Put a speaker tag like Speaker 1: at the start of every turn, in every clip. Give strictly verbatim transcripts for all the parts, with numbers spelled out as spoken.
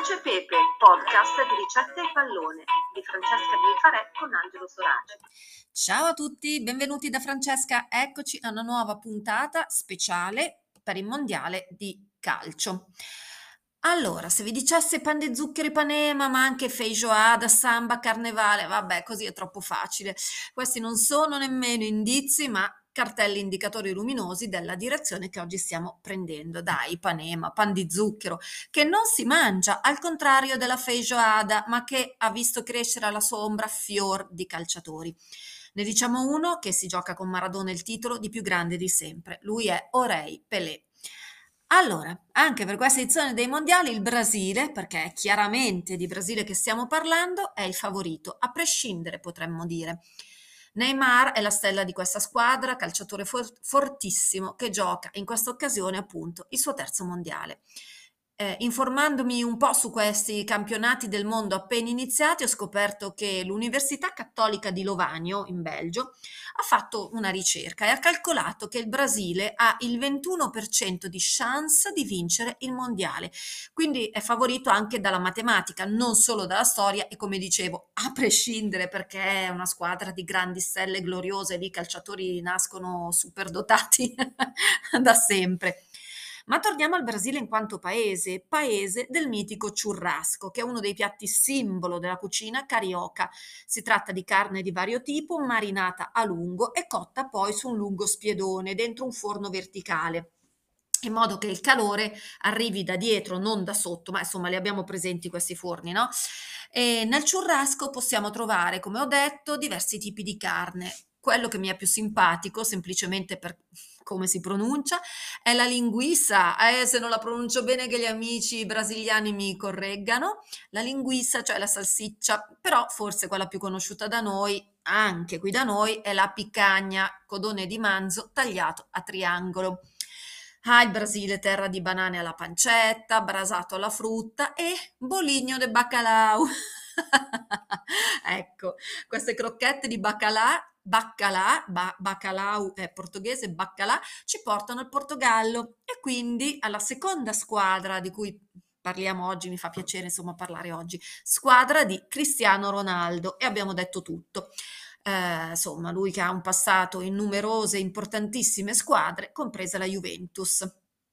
Speaker 1: Calcio e Pepe, podcast di ricette e pallone di Francesca Bifarè con Angelo Soraci.
Speaker 2: Ciao a tutti, benvenuti da Francesca, eccoci a una nuova puntata speciale per il mondiale di calcio. Allora, se vi dicesse pan di zucchero Ipanema, ma anche feijoada, samba, carnevale, vabbè, così è troppo facile. Questi non sono nemmeno indizi, ma cartelli indicatori luminosi della direzione che oggi stiamo prendendo. Dai, Ipanema, pan di zucchero, che non si mangia, al contrario della feijoada, ma che ha visto crescere alla sua ombra fior di calciatori. Ne diciamo uno che si gioca con Maradona il titolo di più grande di sempre. Lui è Orei Pelé. Allora, anche per questa edizione dei mondiali il Brasile, perché è chiaramente di Brasile che stiamo parlando, è il favorito, a prescindere potremmo dire. Neymar è la stella di questa squadra, calciatore for- fortissimo che gioca in questa occasione appunto il suo terzo mondiale. Eh, informandomi un po' su questi campionati del mondo appena iniziati, ho scoperto che l'Università Cattolica di Lovanio, in Belgio, ha fatto una ricerca e ha calcolato che il Brasile ha il ventuno per cento di chance di vincere il mondiale. Quindi è favorito anche dalla matematica, non solo dalla storia e come dicevo, a prescindere perché è una squadra di grandi stelle gloriose, lì i calciatori nascono superdotati da sempre. Ma torniamo al Brasile in quanto paese, paese del mitico churrasco, che è uno dei piatti simbolo della cucina carioca. Si tratta di carne di vario tipo, marinata a lungo e cotta poi su un lungo spiedone dentro un forno verticale, in modo che il calore arrivi da dietro, non da sotto, ma insomma li abbiamo presenti questi forni, no? E nel churrasco possiamo trovare, come ho detto, diversi tipi di carne. Quello che mi è più simpatico, semplicemente per come si pronuncia, è la linguiça. Eh, se non la pronuncio bene che gli amici brasiliani mi correggano. La linguiça, cioè la salsiccia, però forse quella più conosciuta da noi, anche qui da noi, è la piccagna, codone di manzo tagliato a triangolo. Ah, il Brasile, terra di banane alla pancetta, brasato alla frutta e boligno de bacalhau. Ecco, queste crocchette di baccalà, baccalà, ba- bacalhau è portoghese, baccalà, ci portano al Portogallo e quindi alla seconda squadra di cui parliamo oggi, mi fa piacere insomma parlare oggi, squadra di Cristiano Ronaldo e abbiamo detto tutto. Eh, insomma, lui che ha un passato in numerose importantissime squadre, compresa la Juventus.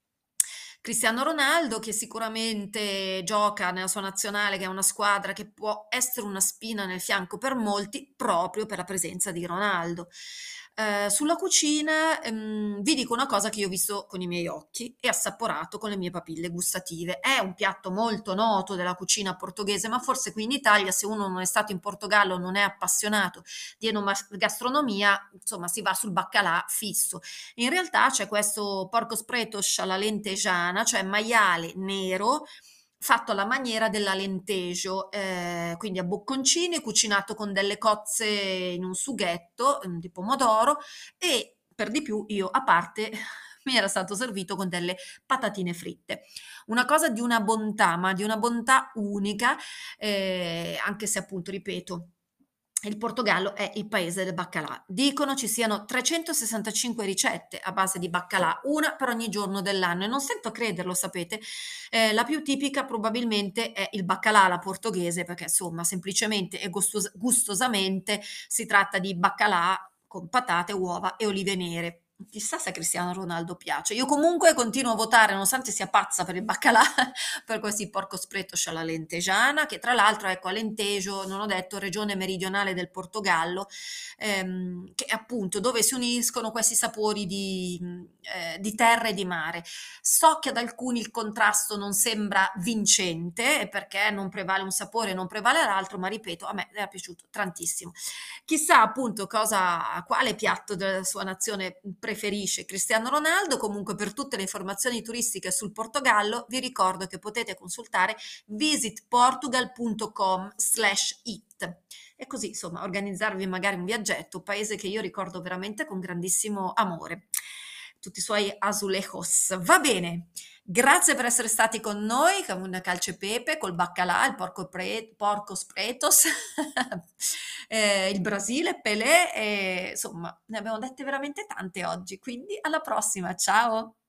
Speaker 2: Cristiano Ronaldo che sicuramente gioca nella sua nazionale, che è una squadra che può essere una spina nel fianco per molti, proprio per la presenza di Ronaldo. Eh, sulla cucina, ehm, vi dico una cosa che io ho visto con i miei occhi e assaporato con le mie papille gustative. È un piatto molto noto della cucina portoghese, ma forse qui in Italia, se uno non è stato in Portogallo, non è appassionato di enogastronomia, insomma, si va sul baccalà fisso. In realtà c'è questo porco spretos alla lentegiana, cioè maiale nero fatto alla maniera dell'alentejo, eh, quindi a bocconcini, cucinato con delle cozze in un sughetto mm, di pomodoro e per di più io a parte mi era stato servito con delle patatine fritte. Una cosa di una bontà, ma di una bontà unica, eh, anche se appunto, ripeto, il Portogallo è il paese del baccalà. Dicono ci siano trecentosessantacinque ricette a base di baccalà, una per ogni giorno dell'anno e non sento a crederlo, sapete. Eh, la più tipica probabilmente è il baccalà alla portoghese, perché insomma semplicemente e gustos- gustosamente si tratta di baccalà con patate, uova e olive nere. Chissà se a Cristiano Ronaldo piace. Io comunque continuo a votare, nonostante sia pazza per il baccalà, per questi porco spretto alla lentegiana, che tra l'altro, ecco, Alentejo, non ho detto, regione meridionale del Portogallo, ehm, che è appunto dove si uniscono questi sapori di, eh, di terra e di mare. So che ad alcuni il contrasto non sembra vincente, perché non prevale un sapore, non prevale l'altro, ma ripeto, a me è piaciuto tantissimo. Chissà appunto cosa, quale piatto della sua nazione preferisce Cristiano Ronaldo. Comunque per tutte le informazioni turistiche sul Portogallo vi ricordo che potete consultare visitportugal punto com slash it e così insomma organizzarvi magari un viaggetto, paese che io ricordo veramente con grandissimo amore. Tutti i suoi azulejos. Va bene, grazie per essere stati con noi con un calcio e pepe, col baccalà, il porco, pre- porco spretos, eh, il Brasile, Pelé, e, insomma ne abbiamo dette veramente tante oggi, quindi alla prossima, ciao!